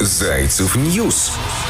Зайцев Ньюс.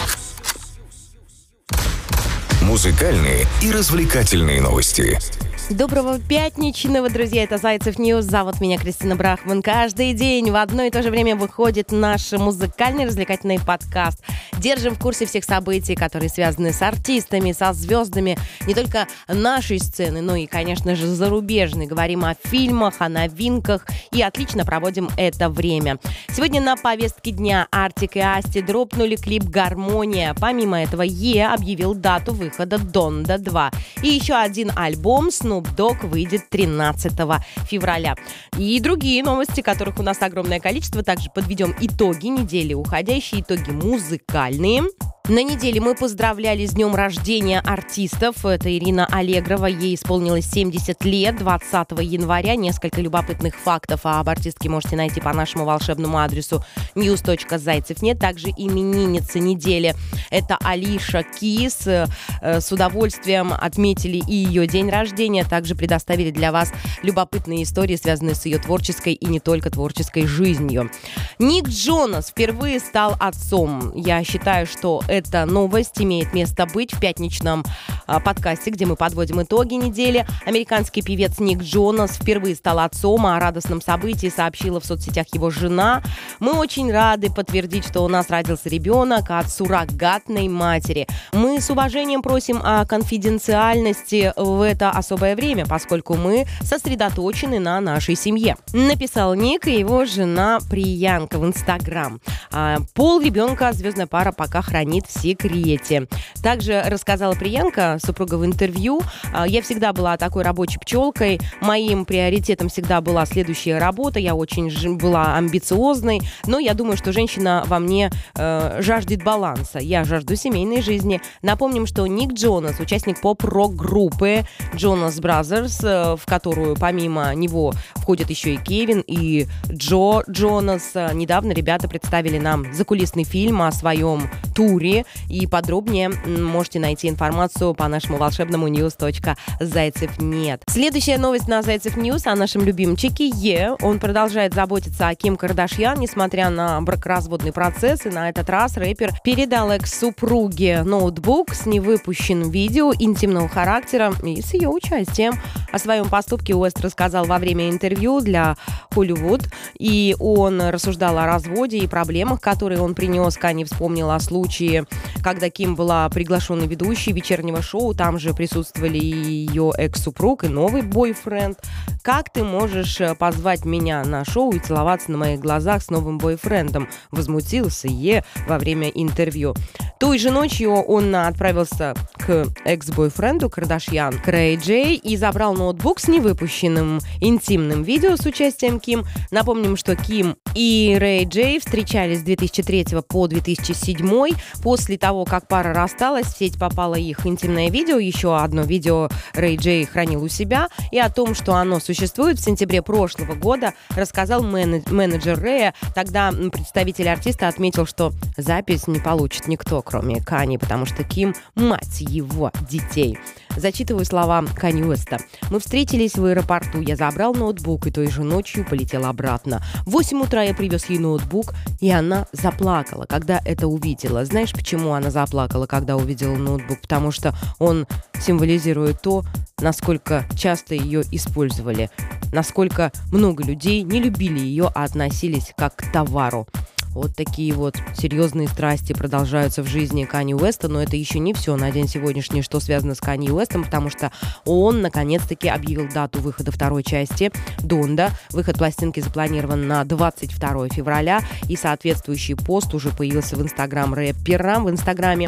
Музыкальные и развлекательные новости. Доброго пятничного, друзья, это Зайцев Ньюс. Зовут меня Кристина Брахман. Каждый день в одно и то же время выходит наш музыкальный развлекательный подкаст. Держим в курсе всех событий, которые связаны с артистами, со звездами не только нашей сцены, но и, конечно же, зарубежной. Говорим о фильмах, о новинках и отлично проводим это время. Сегодня на повестке дня Артик и Асти дропнули клип «Гармония». Помимо этого, объявил дату выхода «Донда 2». И еще один альбом Snoop Dogg выйдет 13 февраля. И другие новости, которых у нас огромное количество. Также подведем итоги недели уходящие, итоги музыкальные. На неделе мы поздравляли с днем рождения артистов. Это Ирина Аллегрова, ей исполнилось 70 лет, 20 января. Несколько любопытных фактов об артистке можете найти по нашему волшебному адресу news.зайцев.нет. Также именинница недели – это Алиша Кис. С удовольствием отметили и ее день рождения. Также предоставили для вас любопытные истории, связанные с ее творческой и не только творческой жизнью. Ник Джонас впервые стал отцом. Я считаю, что эта новость имеет место быть в пятничном подкасте, где мы подводим итоги недели. Американский певец Ник Джонас впервые стал отцом. О радостном событии сообщила в соцсетях его жена. Мы очень рады подтвердить, что у нас родился ребенок от суррогатной матери. Мы с уважением просим о конфиденциальности в это особое время, поскольку мы сосредоточены на нашей семье. Написал Ник и его жена Приянка в Инстаграм. Пол ребенка звездная пара пока хранит в секрете. Также рассказала Приянка, супруга, в интервью: я всегда была такой рабочей пчелкой, моим приоритетом всегда была следующая работа, я очень была амбициозной, но я думаю, что женщина во мне жаждет баланса, я жажду семейной жизни. Напомним, что Ник Джонас, участник поп-рок-группы Jonas Brothers, в которую помимо него входят еще и Кевин и Джо Джонас. Недавно ребята представили нам закулисный фильм о своем туре, и подробнее можете найти информацию по нашему волшебному news.зайцев.нет. Следующая новость на Зайцев Ньюс о нашем любимчике Он продолжает заботиться о Ким Кардашьян, несмотря на бракоразводный процесс, и на этот раз рэпер передал экс-супруге ноутбук с невыпущенным видео интимного характера и с ее участием. О своем поступке Уэст рассказал во время интервью для Hollywood, и он рассуждал о разводе и проблемах, которые он принес. Канье вспомнил о случае, когда Ким была приглашенной ведущей вечернего шоу, там же присутствовали и ее экс-супруг, и новый бойфренд. «Как ты можешь позвать меня на шоу и целоваться на моих глазах с новым бойфрендом?» — возмутился во время интервью. Той же ночью он отправился к экс-бойфренду Кардашьян, к Рэй Джей, и забрал ноутбук с невыпущенным интимным видео с участием Ким. Напомним, что Ким и Рэй Джей встречались с 2003 по 2007. После того, как пара рассталась, в сеть попало их интимное видео. Еще одно видео Рэй Джей хранил у себя. И о том, что оно существует, в сентябре прошлого года рассказал менеджер Рэя. Тогда представитель артиста отметил, что запись не получит никто, кроме Канье, потому что Ким – мать его детей. Зачитываю слова Канье Уэста. «Мы встретились в аэропорту, я забрал ноутбук и той же ночью полетел обратно. В 8 утра я привез ей ноутбук, и она заплакала, когда это увидела». Знаешь, почему она заплакала, когда увидела ноутбук? Потому что он символизирует то, насколько часто ее использовали, насколько много людей не любили ее, а относились как к товару. Вот такие вот серьезные страсти продолжаются в жизни Канье Уэста, но это еще не все на день сегодняшний, что связано с Канье Уэстом, потому что он наконец-таки объявил дату выхода второй части «Донда». Выход пластинки запланирован на 22 февраля, и соответствующий пост уже появился в Инстаграм рэпера, в Инстаграме,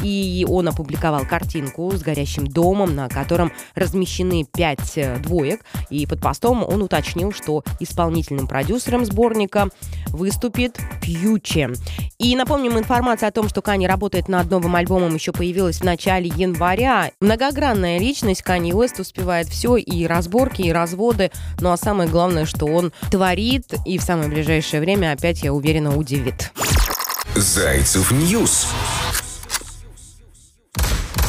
и он опубликовал картинку с горящим домом, на котором размещены 5 двоек, и под постом он уточнил, что исполнительным продюсером сборника выступит Фьюче. И напомним, информация о том, что Канье работает над новым альбомом, еще появилась в начале января. Многогранная личность, Канье Уэст успевает все, и разборки, и разводы. Ну а самое главное, что он творит, и в самое ближайшее время опять, я уверена, удивит. Зайцев Ньюс.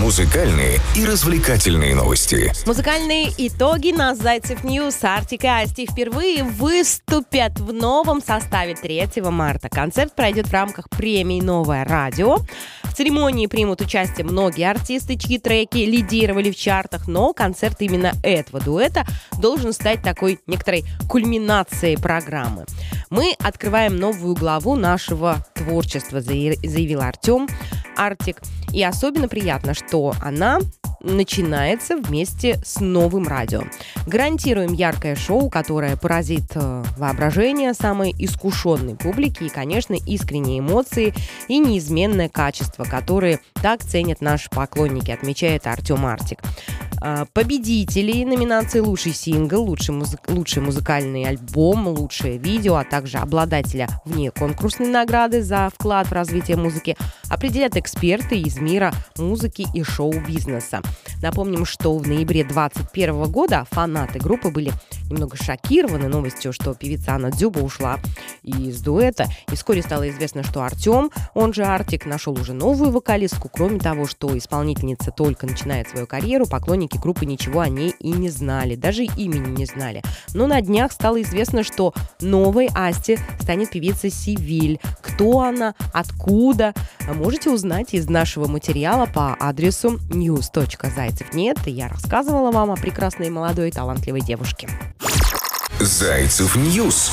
Музыкальные и развлекательные новости. Музыкальные итоги на Зайцев Ньюс. Артик и Асти впервые выступят в новом составе 3 марта. Концерт пройдет в рамках премии «Новое радио». В церемонии примут участие многие артисты, чьи треки лидировали в чартах, но концерт именно этого дуэта должен стать такой некоторой кульминацией программы. Мы открываем новую главу нашего творчества, заявил Артем Артик. И особенно приятно, что она начинается вместе с новым радио. Гарантируем яркое шоу, которое поразит воображение самой искушенной публики и, конечно, искренние эмоции и неизменное качество, которые так ценят наши поклонники, отмечает Артем Артик. Победители номинации «Лучший сингл», «Лучший музыкальный альбом», «Лучшее видео», а также обладателя внеконкурсной награды за вклад в развитие музыки определят эксперты из мира музыки и шоу-бизнеса. Напомним, что в ноябре 2021 года фанаты группы были немного шокированы новостью, что певица Анна Дзюба ушла из дуэта. И вскоре стало известно, что Артем, он же Артик, нашел уже новую вокалистку. Кроме того, что исполнительница только начинает свою карьеру, поклонники группы ничего о ней и не знали, даже имени не знали. Но на днях стало известно, что новой Асти станет певица Севиль. Кто она, откуда, можете узнать из нашего материала по адресу news.зайцев.нет. И я рассказывала вам о прекрасной молодой талантливой девушке. Зайцев Ньюс.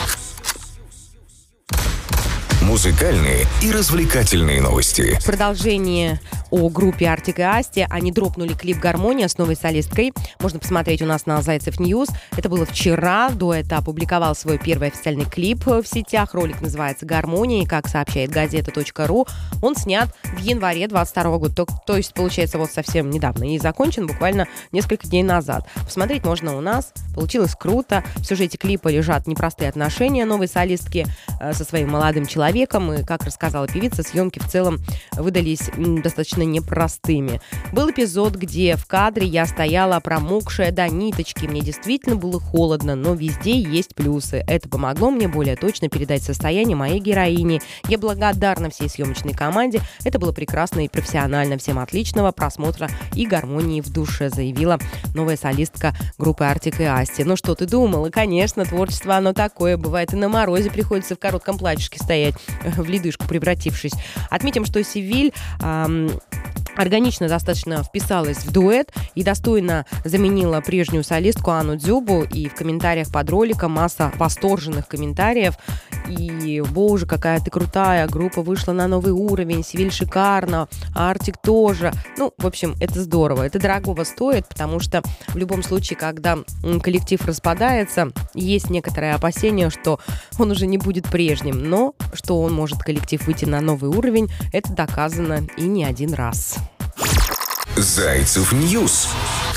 Музыкальные и развлекательные новости. Продолжение о группе Артик и Асти. Они дропнули клип «Гармония» с новой солисткой. Можно посмотреть у нас на Зайцев Ньюс. Это было вчера. Дуэт опубликовал свой первый официальный клип в сетях. Ролик называется «Гармония». И, как сообщает газета.ру, он снят в январе 2022 года. То есть, получается, вот совсем недавно. И закончен буквально несколько дней назад. Посмотреть можно у нас. Получилось круто. В сюжете клипа лежат непростые отношения новой солистки со своим молодым человеком. И, как рассказала певица, съемки в целом выдались достаточно непростыми. Был эпизод, где в кадре я стояла промокшая до ниточки. Мне действительно было холодно, но везде есть плюсы. Это помогло мне более точно передать состояние моей героини. Я благодарна всей съемочной команде. Это было прекрасно и профессионально. Всем отличного просмотра и гармонии в душе, заявила новая солистка группы Артик и Асти. Ну что ты думала? Конечно, творчество оно такое. Бывает и на морозе приходится в коротком платьишке стоять, в ледышку превратившись. Отметим, что Севиль органично достаточно вписалась в дуэт и достойно заменила прежнюю солистку Анну Дзюбу. И в комментариях под роликом масса восторженных комментариев. И, боже, какая ты крутая, группа вышла на новый уровень, Севиль шикарно, Артик тоже. Ну, в общем, это здорово. Это дорогого стоит, потому что в любом случае, когда коллектив распадается, есть некоторое опасение, что он уже не будет прежним. Но что он может, коллектив, выйти на новый уровень, это доказано и не один раз. Зайцев Ньюс.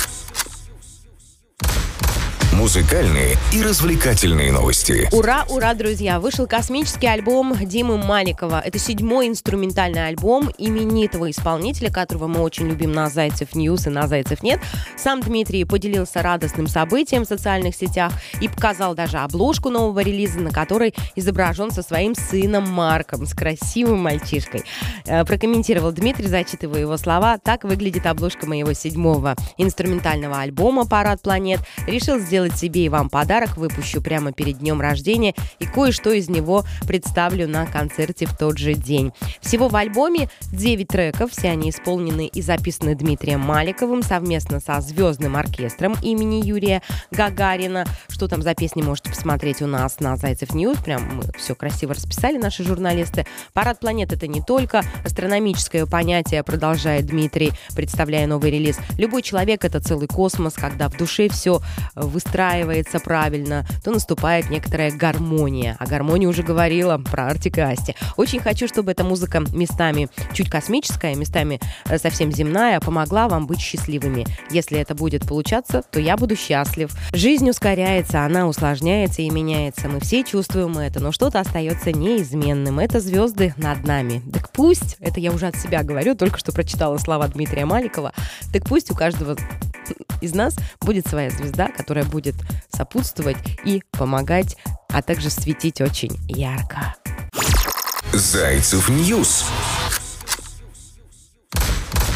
Музыкальные и развлекательные новости. Ура, ура, друзья! Вышел космический альбом Димы Маликова. Это 7-й инструментальный альбом именитого исполнителя, которого мы очень любим на Зайцев Ньюс и на Зайцев Нет. Сам Дмитрий поделился радостным событием в социальных сетях и показал даже обложку нового релиза, на которой изображен со своим сыном Марком, с красивым мальчишкой. Прокомментировал Дмитрий, зачитывая его слова: «Так выглядит обложка моего 7-го инструментального альбома «Парад планет». Решил сделать себе и вам подарок, выпущу прямо перед днем рождения и кое-что из него представлю на концерте в тот же день». Всего в альбоме 9 треков, все они исполнены и записаны Дмитрием Маликовым совместно со звездным оркестром имени Юрия Гагарина. Что там за песни, можете посмотреть у нас на Зайцев Ньюс. Прям мы все красиво расписали, наши журналисты. «Парад планет» — это не только астрономическое понятие, продолжает Дмитрий, представляя новый релиз. Любой человек — это целый космос. Когда в душе все выстраивается правильно, то наступает некоторая гармония. А гармония уже говорила про Артик и Асти. Очень хочу, чтобы эта музыка местами чуть космическая, местами совсем земная, помогла вам быть счастливыми. Если это будет получаться, то я буду счастлив. Жизнь ускоряется, она усложняется и меняется. Мы все чувствуем это, но что-то остается неизменным. Это звезды над нами. Так пусть, это я уже от себя говорю, только что прочитала слова Дмитрия Маликова, так пусть у каждого из нас будет своя звезда, которая будет сопутствовать и помогать, а также светить очень ярко. Зайцев Ньюс.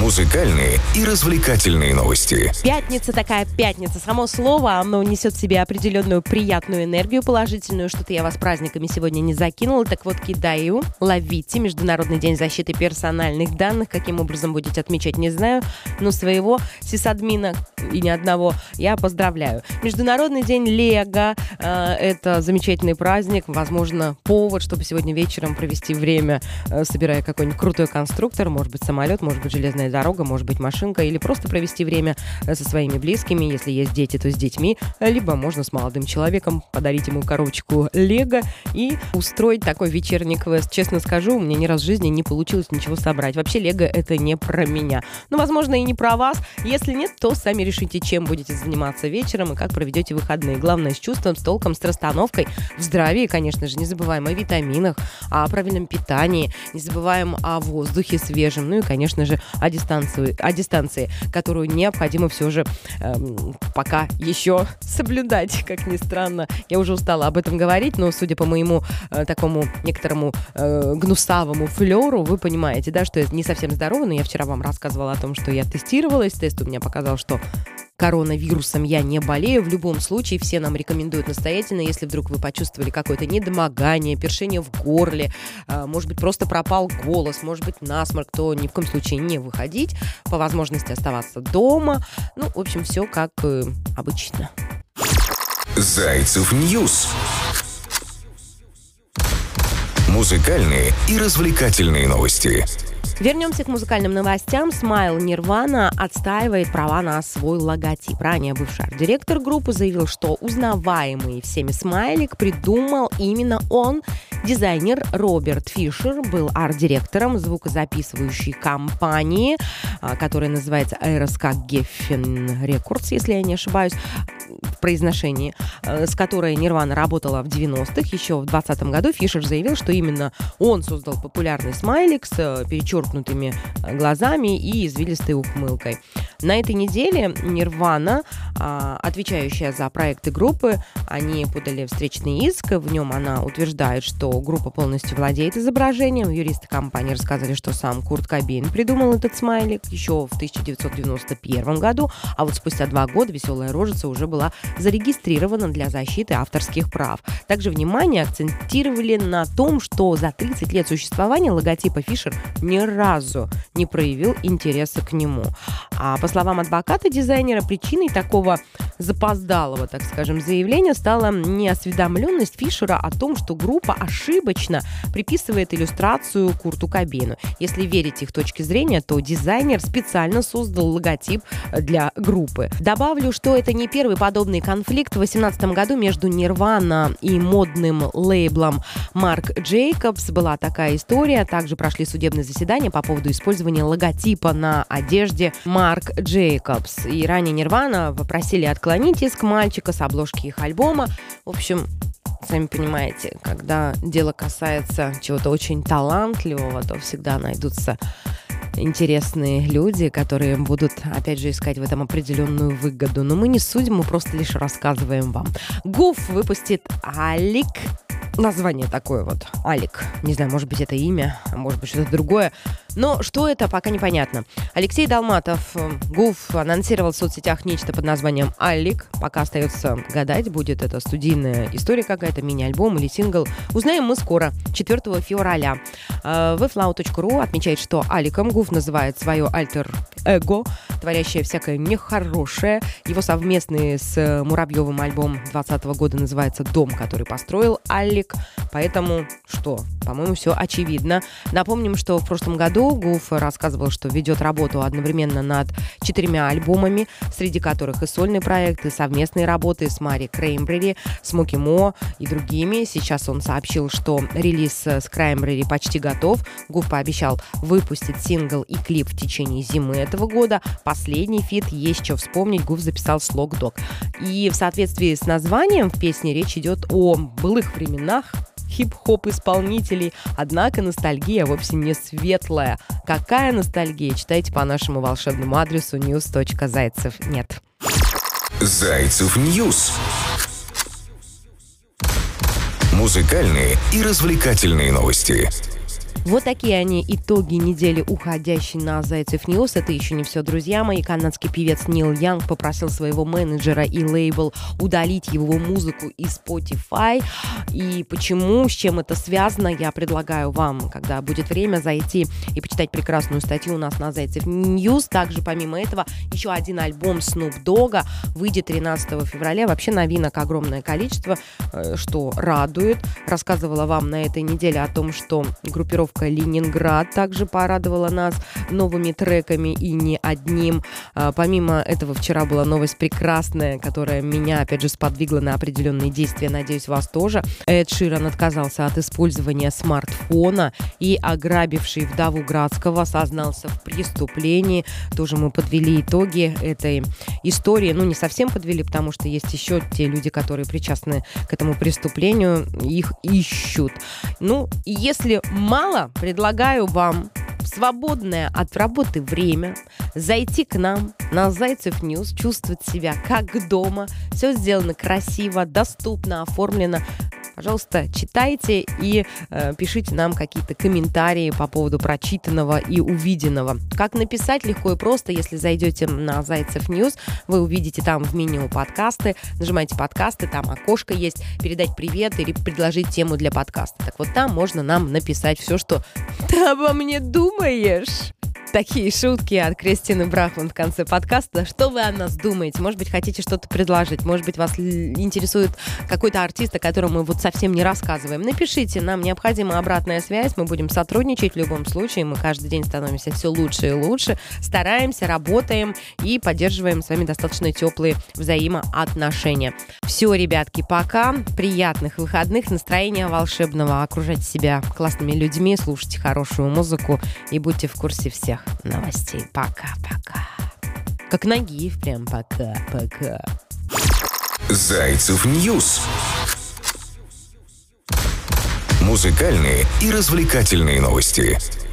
Музыкальные и развлекательные новости. Пятница такая пятница. Само слово, оно несет в себе определенную приятную энергию положительную. Что-то я вас праздниками сегодня не закинула. Так вот, кидаю. Ловите. Международный день защиты персональных данных. Каким образом будете отмечать, не знаю. Но своего сисадмина и ни одного я поздравляю. Международный день Лего. Это замечательный праздник. Возможно, повод, чтобы сегодня вечером провести время, собирая какой-нибудь крутой конструктор. Может быть, самолет, может быть, железная дорога, может быть, машинка, или просто провести время со своими близкими, если есть дети, то с детьми, либо можно с молодым человеком подарить ему коробочку Лего и устроить такой вечерний квест. Честно скажу, у меня ни разу в жизни не получилось ничего собрать. Вообще, Лего — это не про меня. Ну, возможно, и не про вас. Если нет, то сами решите, чем будете заниматься вечером и как проведете выходные. Главное, с чувством, с толком, с расстановкой, в здравии, конечно же. Не забываем о витаминах, о правильном питании, не забываем о воздухе свежем, ну и, конечно же, о дистанции, которую необходимо все же пока еще соблюдать, как ни странно. Я уже устала об этом говорить, но, судя по моему такому некоторому гнусавому флеру, вы понимаете, да, что это не совсем здорово, но я вчера вам рассказывала о том, что я тестировалась, тест у меня показал, что коронавирусом я не болею. В любом случае, все нам рекомендуют настоятельно, если вдруг вы почувствовали какое-то недомогание, першение в горле, может быть, просто пропал голос, может быть, насморк, то ни в коем случае не выходить, по возможности оставаться дома. Ну, в общем, все как обычно. Зайцев Ньюс. Музыкальные и развлекательные новости. Вернемся к музыкальным новостям. Smile Nirvana отстаивает права на свой логотип. Ранее бывший арт-директор группы заявил, что узнаваемый всеми смайлик придумал именно он. Дизайнер Роберт Фишер был арт-директором звукозаписывающей компании, которая называется РСК Geffen Records, если я не ошибаюсь в произношении, с которой Nirvana работала в 90-х. Еще в 2020 году Фишер заявил, что именно он создал популярный смайлик с перечеркнутыми глазами и извилистой ухмылкой. На этой неделе Nirvana, отвечающая за проекты группы, они подали встречный иск. В нем она утверждает, что группа полностью владеет изображением. Юристы компании рассказали, что сам Курт Кобейн придумал этот смайлик еще в 1991 году, а вот спустя 2 года «Веселая рожица» уже была зарегистрирована для защиты авторских прав. Также внимание акцентировали на том, что за 30 лет существования логотипа Фишер ни разу не проявил интереса к нему. А по словам адвоката дизайнера, причиной такого запоздалого, так скажем, заявления стала неосведомленность Фишера о том, что группа ошибочно приписывает иллюстрацию Курту Кобейну. Если верить их точке зрения, то дизайнер специально создал логотип для группы. Добавлю, что это не первый подобный конфликт. В 2018 году между Nirvana и модным лейблом Marc Jacobs была такая история. Также прошли судебные заседания по поводу использования логотипа на одежде Marc Jacobs. И ранее Nirvana попросили отклонить иск мальчика с обложки их альбома. В общем, сами понимаете, когда дело касается чего-то очень талантливого, то всегда найдутся интересные люди, которые будут, опять же, искать в этом определенную выгоду. Но мы не судим, мы просто лишь рассказываем вам. Гуф выпустит Алик. Название такое вот. Алик. Не знаю, может быть, это имя, а может быть, что-то другое. Но что это, пока непонятно. Алексей Долматов, Гуф, анонсировал в соцсетях нечто под названием Алик. Пока остается гадать, будет это студийная история какая-то, мини-альбом или сингл. Узнаем мы скоро, 4 февраля. Weflow.ru отмечает, что Аликом Гуф называет свое альтер-эго, творящее всякое нехорошее. Его совместный с Муравьевым альбом 2020 года называется «Дом, который построил Алик». Поэтому что? По-моему, все очевидно. Напомним, что в прошлом году Гуф рассказывал, что ведет работу одновременно над 4 альбомами, среди которых и сольный проект, и совместные работы с Мари Краймбрери, Смоки Мо и другими. Сейчас он сообщил, что релиз с Краймбрери почти готов. Гуф пообещал выпустить сингл и клип в течение зимы этого года. Последний фит «Есть что вспомнить» Гуф записал с Log Dog. И в соответствии с названием в песне речь идет о былых временах хип-хоп-исполнителей. Однако ностальгия вовсе не светлая. Какая ностальгия? Читайте по нашему волшебному адресу news.зайцев.нет. Зайцев Ньюс. Музыкальные и развлекательные новости. Вот такие они итоги недели, уходящей на Зайцев Ньюс. Это еще не все, друзья мои. Канадский певец Нил Янг попросил своего менеджера и лейбл удалить его музыку из Spotify. И почему, с чем это связано, я предлагаю вам, когда будет время, зайти и почитать прекрасную статью у нас на Зайцев Ньюс. Также, помимо этого, еще один альбом Snoop Dogg выйдет 13 февраля. Вообще новинок огромное количество, что радует. Рассказывала вам на этой неделе о том, что группировка «Ленинград» также порадовала нас новыми треками и не одним. Помимо этого, вчера была новость прекрасная, которая меня, опять же, сподвигла на определенные действия. Надеюсь, вас тоже. Эд Ширан отказался от использования смартфона и, ограбивший вдову Градского, сознался в преступлении. Тоже мы подвели итоги этой истории. Ну, не совсем подвели, потому что есть еще те люди, которые причастны к этому преступлению. Их ищут. Ну, и если мало, предлагаю вам в свободное от работы время зайти к нам на Зайцев Ньюс, чувствовать себя как дома. Все сделано красиво, доступно, оформлено. Пожалуйста, читайте и пишите нам какие-то комментарии по поводу прочитанного и увиденного. Как написать легко и просто, если зайдете на Зайцев Ньюс, вы увидите там в меню подкасты, нажимаете подкасты, там окошко есть, передать привет или предложить тему для подкаста. Так вот там можно нам написать все, что ты обо мне думаешь. Такие шутки от Кристины Брахман в конце подкаста. Что вы о нас думаете? Может быть, хотите что-то предложить? Может быть, вас интересует какой-то артист, о котором мы вот совсем не рассказываем? Напишите, нам необходима обратная связь. Мы будем сотрудничать в любом случае. Мы каждый день становимся все лучше и лучше. Стараемся, работаем и поддерживаем с вами достаточно теплые взаимоотношения. Все, ребятки, пока. Приятных выходных, настроения волшебного. Окружайте себя классными людьми, слушайте хорошую музыку и будьте в курсе всех новостей. Пока-пока. Как Нагиев, прям пока-пока. Зайцев Ньюс. Музыкальные и развлекательные новости.